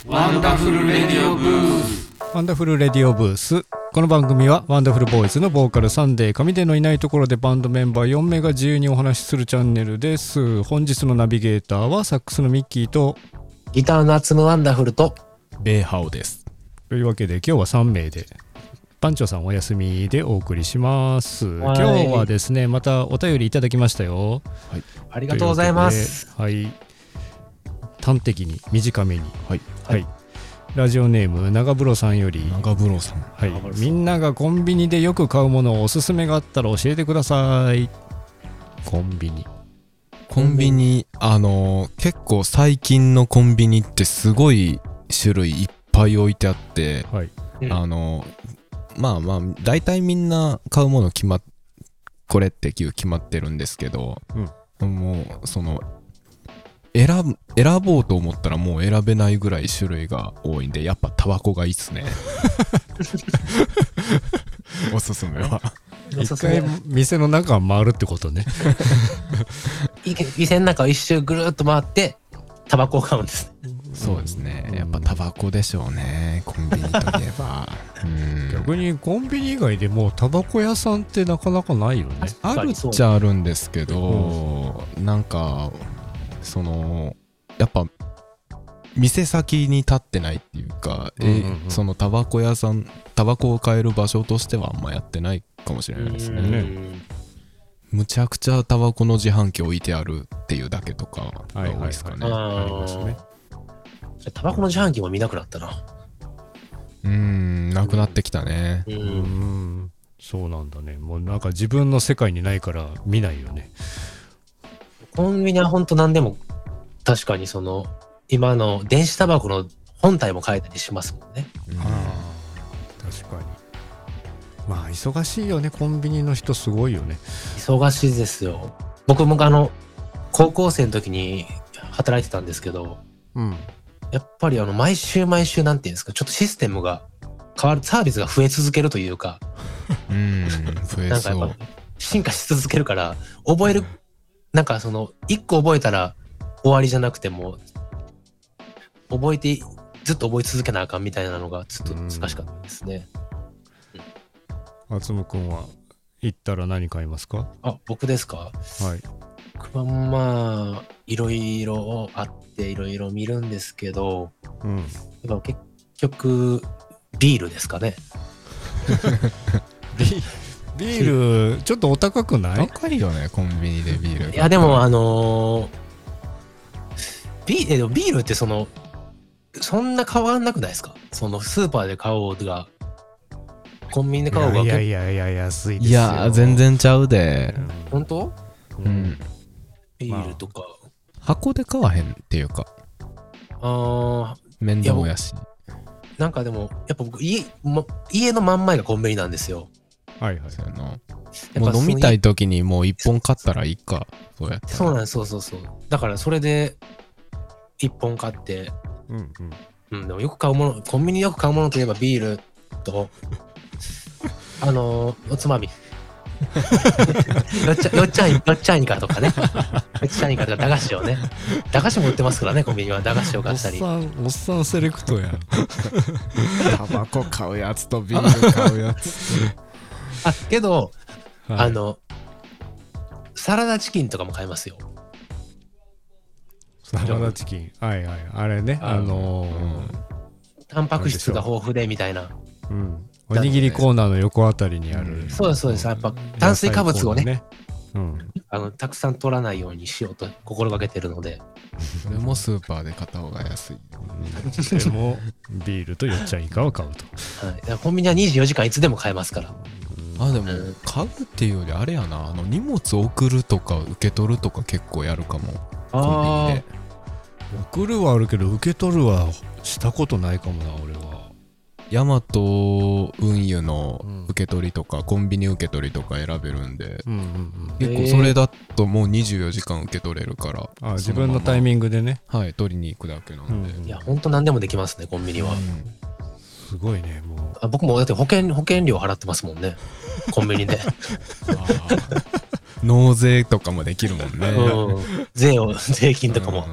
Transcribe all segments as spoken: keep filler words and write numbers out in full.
ワンダフルレディオブース。 ワンダフルレディオブース。この番組はワンダフルボーイズのボーカルサンデー上出のいないところでバンドメンバーよん名が自由にお話しするチャンネルです。本日のナビゲーターはサックスのミッキーとギターのアツムワンダフルとベーハオです。 というわけで今日はさん名でパンチョさんお休みでお送りします。今日はですねまたお便りいただきましたよ。 はい、ありがとうございます。 はい、端的に短めに、 はい、 はい、ラジオネーム長風呂さんより、 長風呂さん、 はい、みんながコンビニでよく買うものをおすすめがあったら教えてください。コンビニコンビニあの結構最近のコンビニってすごい種類いっぱい置いてあって、 はい、 あのまあまあ大体みんな買うもの決まっこれって決まってるんですけど、うん、もうその選ぶ選ぼうと思ったらもう選べないぐらい種類が多いんで、やっぱタバコがいいっすね。おすすめは一回店の中を回るってことね。 店の中を一周ぐるっと回ってタバコを買うんですね。 そうですね、やっぱタバコでしょうね、コンビニといえば。うん逆にコンビニ以外でもタバコ屋さんってなかなかないよね。 あるっちゃあるんですけど、うん、なんかそのやっぱ店先に立ってないっていうか、うんうんうん、えそのタバコ屋さんタバコを買える場所としてはあんまやってないかもしれないですね。うんむちゃくちゃタバコの自販機置いてあるっていうだけとかが多いですかね。 ありますね。 タバコの自販機も見なくなったな。 うーんなくなってきたね。 うん、うんそうなんだね。もうなんか自分の世界にないから見ないよね。 コンビニはほんと何でも確かにその今の電子タバコの本体も買えたりしますもんね。 うん、あ確かに。まあ忙しいよね、コンビニの人すごいよね。 忙しいですよ。僕もあの高校生の時に働いてたんですけど、うん、やっぱりあの毎週毎週なんていうんですか、ちょっとシステムが変わる、サービスが増え続けるというか、 うん増えそう。なんかやっぱ進化し続けるから覚える、なんかそのいっこ覚えたら終わりじゃなくても覚えてずっと覚え続けなあかんみたいなのがちょっと難しかったですね。 あつむくんは行ったら何買いますか？ あ、僕ですか？はい。まあいろいろあっていろいろ見るんですけど、うん、やっぱ結局ビールですかね。 ビ, ビールちょっとお高くない？ 高いよねコンビニでビール。 いやでもあのー、ビ, えビールってそのそんな変わんなくないですか？そのスーパーで買おうがコンビニで買おうが。 いやいやいやいや安いですよ。 いや全然ちゃうで、 うん、本当？うん、うん、ビールとか、まあ、 箱で買わへんっていうか、 あ面倒やし、 なんかでもやっぱ僕 家, 家の真ん前がコンビニなんですよ。 はいはい。 そうやな。もう飲みたい時にもう一本買ったらいいか。そうやったら。 そうなんです。そうそうそう。だからそれで一本買って、うんうんうん、でもよく買うもの、コンビニよく買うものといえばビールとあのー、おつまみ。よっちゃよっちゃんよっちゃんいかとかね。よっちゃんいかとか駄菓子をね。駄菓子も売ってますからね、コンビニは。駄菓子を買ったり。 おっさんおっさんセレクトや。 タバコ買うやつとビール買うやつ。 あけど、はい、あのサラダチキンとかも買いますよ。 サラダチキン、はいはい、あれね、あのーうん、 タンパク質が豊富でみたいな。 うん。おにぎりコーナーの横あたりにある、 うん、そうですそうです。やっぱ炭水化物をね、ね、うん、あのたくさん取らないようにしようと心がけてるので。 それもスーパーで買った方が安い。 でもビールとよっちゃんイカを買うと。 はい。コンビニはにじゅうよじかんいつでも買えますから。 あでも買うっていうよりあれやな、あの荷物送るとか受け取るとか結構やるかも。コンビニで送るはあるけど受け取るはしたことないかもな俺は。 ヤマト運輸の受け取りとか、うん、コンビニ受け取りとか選べるんで、うんうんうん、結構それだともうにじゅうよじかん受け取れるから、 あ自分のタイミングでね、 はい取りに行くだけなんで、うん、 いやほんと何でもできますねコンビニは、うん、 すごいね。もうあ僕もだって保険保険料払ってますもんねコンビニで。 納税とかもできるもんね、 うん、税を税金とかも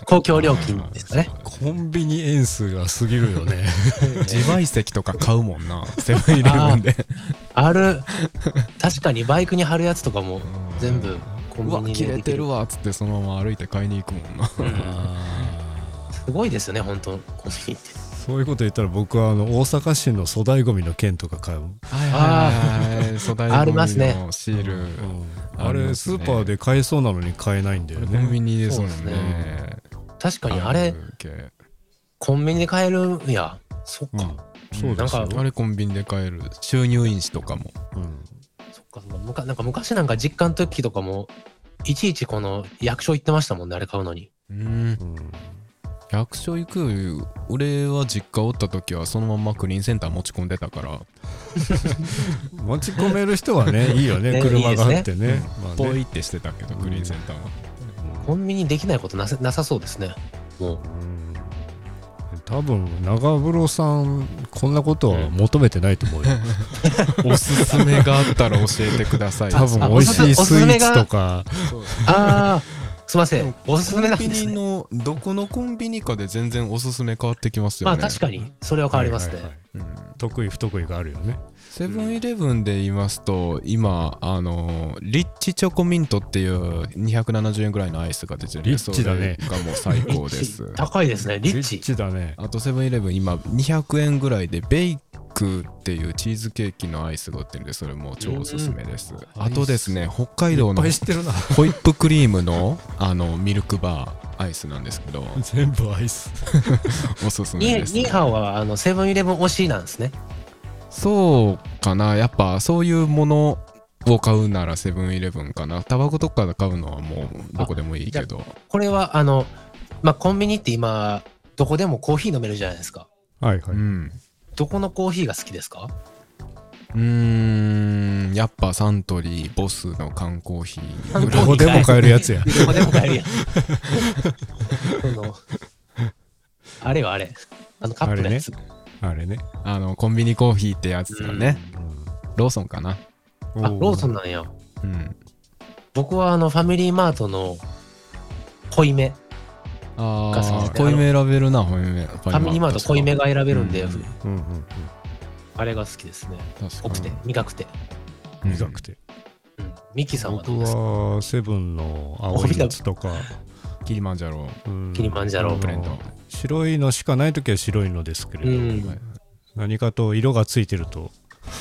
公共料金ですかね。 コンビニ円数が過ぎるよね。 自賠責とか買うもんな、セブンイレブンで。 ある。確かにバイクに貼るやつとかも全部コンうわビニでできる。 切れてるわっつってそのまま歩いて買いに行くもんな。 すごいですよね、本当コンビニって。 そういうこと言ったら僕はあの大阪市の粗大ゴミの券とか買う。 はいはいはい、粗大ゴミありますねのシール。 うんあれスーパーで買えそうなのに買えないんだよコンビね。 ニですもんそうでね。 確かにあれる系コンビニで買えるんや。そっか。 うんそうですよ。 なんかあれコンビニで買える。収入印紙とかも。 うんそっか。むかなんか昔なんか実家の時とかもいちいちこの役所行ってましたもんね、あれ買うのに。 うん。 うん役所行く。俺は実家おった時はそのままクリーンセンター持ち込んでたから、 持ち込める人はねいいよねね車があってね。まあねポイってしてたけど、クリーンセンターは。 コンビニできないことなさなさそうですね。もう。 うん多分長風呂さんこんなことは求めてないと思うよ。 おすすめがあったら教えてください。 多分美味しいスイーツとか。 ああ、すいません。おすすめなんコンビニですね。 のどこのコンビニかで全然おすすめ変わってきますよね。 まあ確かにそれは変わりますね。 はいはいはいうん得意不得意があるよね。 セブンイレブンで言いますと今あのリッチチョコミントっていうにひゃくななじゅうえんぐらいのアイスが出てるんで、 リッチだねそれがもう最高でリッす。 チ高いですね。リッチ。 リッチだね。 あとセブンイレブン今にひゃくえんぐらいでベイクっていうチーズケーキのアイスが売ってるんで、それも超おすすめです。 うんあとですね、北海道いっのぱい知ってるな。 ホイップクリームのあのミルクバーアイスなんですけど全部アイス。 おすすめニです。 ニーハオはあのセブンイレブン推しなんですね。 そうかな、やっぱそういうものを買うならセブンイレブンかな。タバコとかで買うのはもうどこでもいいけど。 これはあの、まあ、コンビニって今どこでもコーヒー飲めるじゃないですか。 はいはい。 うんどこのコーヒーが好きですか？ うーんやっぱサントリーボスの缶コーヒー。 どこでも買えるやつや。 どこでも買えるやん。そのあれよあれ。あのカップのやつ。 あれね。 あのコンビニコーヒーってやつよね。ローソンかな。 うんあ、ローソンなんや。 うん。 僕はあのファミリーマートの濃いめ。 あが好きですねあ濃いめ選べるな、濃いめ。フファミリーマート濃いめが選べるんで、 うんうんうんあれが好きですね。 確か濃くて、苦くて。 うん。苦くて。 うん。ミキさんはど僕うですか？ はセブンの青いやつとか。 キリマンジャロ。 うんキリマンジャロブレンド。 白いのしかないときは白いのですけれど、 うん。 何かと色がついてると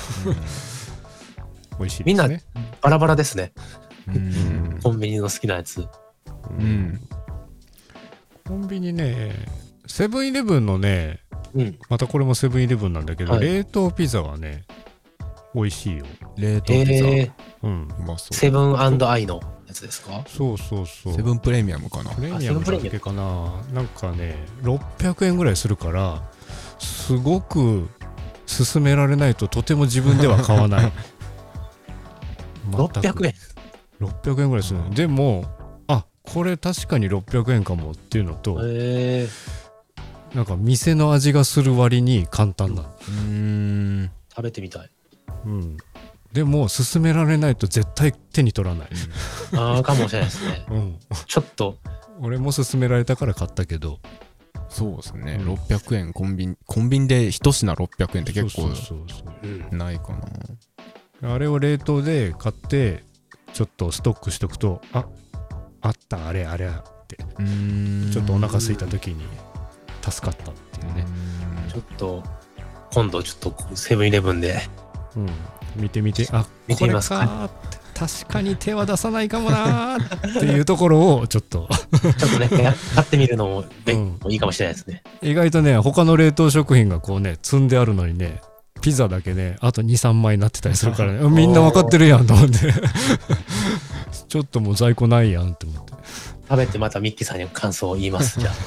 美味しいみんなですね。 バラバラですね。 うん。 コンビニの好きなやつ。 うん。 コンビニね、セブンイレブンのね、 うん。 またこれもセブンイレブンなんだけど、 はい冷凍ピザはね、美味しいよ。 冷凍ピザ。 えー、 うん。 うまそう。 セブンアイのやつですか？ そうそうそう。 セブンプレミアムかな。 プレミアムだっけかな。なんかね、ろっぴゃくえんぐらいするから、すごく勧められないととても自分では買わない。 ろっぴゃくえん。 ろっぴゃくえんぐらいするの。でも、あ、これ確かにろっぴゃくえんかもっていうのと、 えー、 なんか店の味がする割に簡単なの。 うーん。 食べてみたい。 うん。でも、勧められないと絶対手に取らない。 ああ、かもしれないですね。 うん。 ちょっと、 俺も勧められたから買ったけど。 そうですね、 うんろっぴゃくえんコンビニコンビニで一品ろっぴゃくえんって結構そうそうそうそううん。 ないかな。 あれを冷凍で買ってちょっとストックしとくと、ああったあれあれってうーんちょっとお腹空いた時に助かったっていうね、 ちょっと、今度ちょっとセブンイレブンで、 うん、見てみて、あ見てみますかこれかーって確かに手は出さないかもなーっていうところをちょっとちょっとね、や買ってみるのも,、べうんもういいかもしれないですね。 意外とね他の冷凍食品がこうね積んであるのにねピザだけねあと にさんまいになってたりするからねみんな分かってるやんと思ってちょっともう在庫ないやんって思って食べてまたミッキーさんに感想を言います。じゃあ。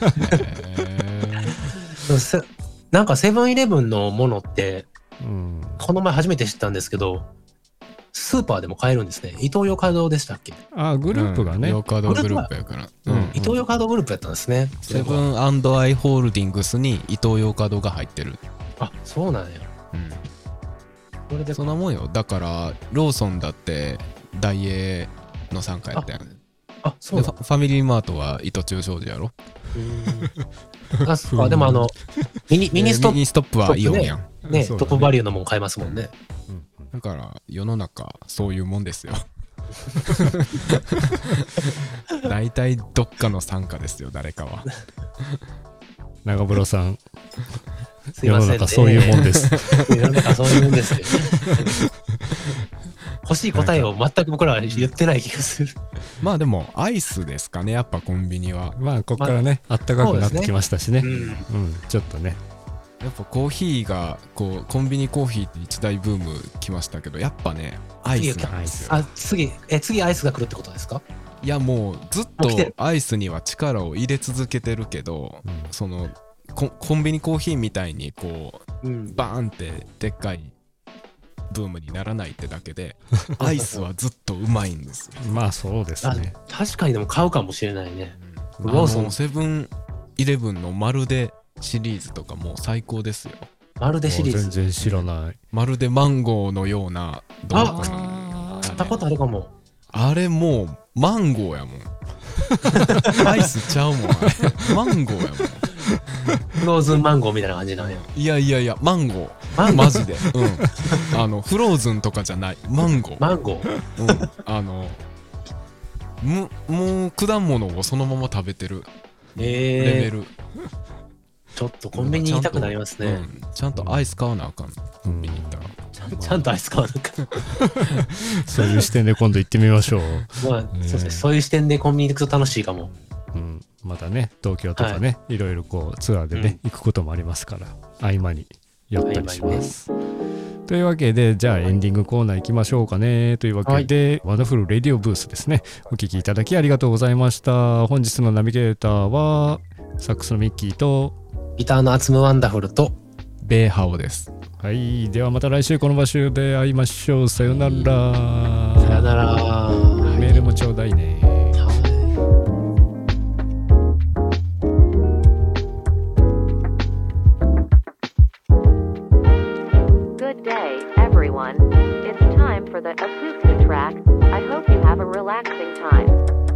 へせなんかセブンイレブンのものって、 うんこの前初めて知ったんですけど、スーパーでも買えるんですね。イトーヨーカドーでしたっけ？ あグーループがね、 ヨーカドーグループやから。 うんうんイトーヨーカドーグループやったんですね。 セブンアイ・ホールディングスにイトーヨーカドーが入ってる。 あ、そうなんや。 うん。 これでそんなもんよ。だからローソンだってダイエーの傘下やったやん。 あ、そうでだ。 ファファミリーマートは糸中商事やろ。 あ、そっか。でもあの、ミニ、ミニストッミニストップはイオンやん。 プね、 そうだねトップバリューのもん買えますもんね。 だから世の中そういうもんですよ。大体どっかの傘下ですよ、誰かは。 長風呂さん、世のすいませんね。 中そういうもんです。 世の中そういうもんですよ。欲しい答えを全く僕らは言ってない気がする。 まあでもアイスですかね、やっぱコンビニは。 まあここからね、あったかくなってきましたしね。 うん。 うん、ちょっとね。 やっぱコーヒーがこうコンビニコーヒーって一大ブーム来ましたけど、やっぱねアイスなんですよ。 あ、次、え、次アイスが来るってことですか？ いやもうずっもう来てるとアイスには力を入れ続けてるけど、 うんそのココンビニコーヒーみたいにこううん。 バーンってでっかいブームにならないってだけでアイスはずっとうまいんですよ。 まあそうですあ、 ね。 確かにでも買うかもしれないね。 あローソンのセブンイレブンのまるでシリーズとかもう最高ですよ。 まるでシリーズ。 もう全然知らない。 まるでマンゴーのようなドーナツあ買ったことあるかも。 あれもうマンゴーやもん。アイスちゃうもん、あれマンゴーやもん。 フローズンマンゴーみたいな感じなんや。 いやいやいや、マンゴマンゴーーマジで、うん、あのフローズンとかじゃない、マンゴー、 マンゴー。 うん、あのむもう果物をそのまま食べてるレベえー、 ル、 ちょっとコンビニに行きたくなりますね。 うん、ちゃんとアイス買わなあかん、コンビニ行ったら。 ちゃんちゃんとアイス買わなきゃ。 そういう視点で今度行ってみましょう。 まあ、そうですね。そういう視点でコンビニ行くと楽しいかも。 うん、またね、東京とかね、い、ろいろこうツアーでね、行くこともありますから、合間に寄ったりします。というわけで、じゃあエンディングコーナー行きましょうかね。というわけで、ワンダフルレディオブースですね。お聞きいただきありがとうございました。本日のナビゲーターは、サックスのミッキーと、 ギターのアツムワンダフルと、 ベーハオです。 はい、ではまた来週この場所で会いましょう。さよなら。 さよなら。 メールもちょうだいね。 Good day, everyone. It's time for the acoustic track. I hope you have a relaxing time.